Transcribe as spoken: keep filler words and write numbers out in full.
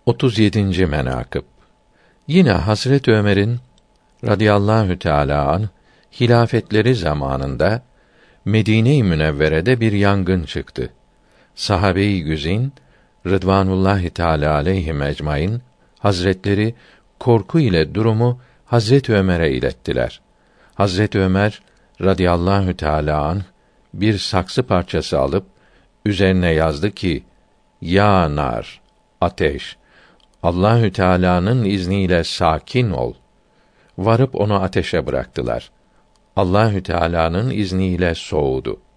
otuz yedinci menakıb. Yine Hazret Ömer'in radıyallahu teâlâ anh hilafetleri zamanında Medine-i Münevvere'de bir yangın çıktı. Sahabe-i güzin Rıdvanullahi Teâlâ aleyhim ecmaîn hazretleri korku ile durumu Hazret Ömer'e ilettiler. Hazret Ömer radıyallahu teâlâ anh bir saksı parçası alıp üzerine yazdı ki: Ya nar, ateş, Allahü Teala'nın izniyle sakin ol. Varıp onu ateşe bıraktılar. Allahü Teala'nın izniyle soğudu.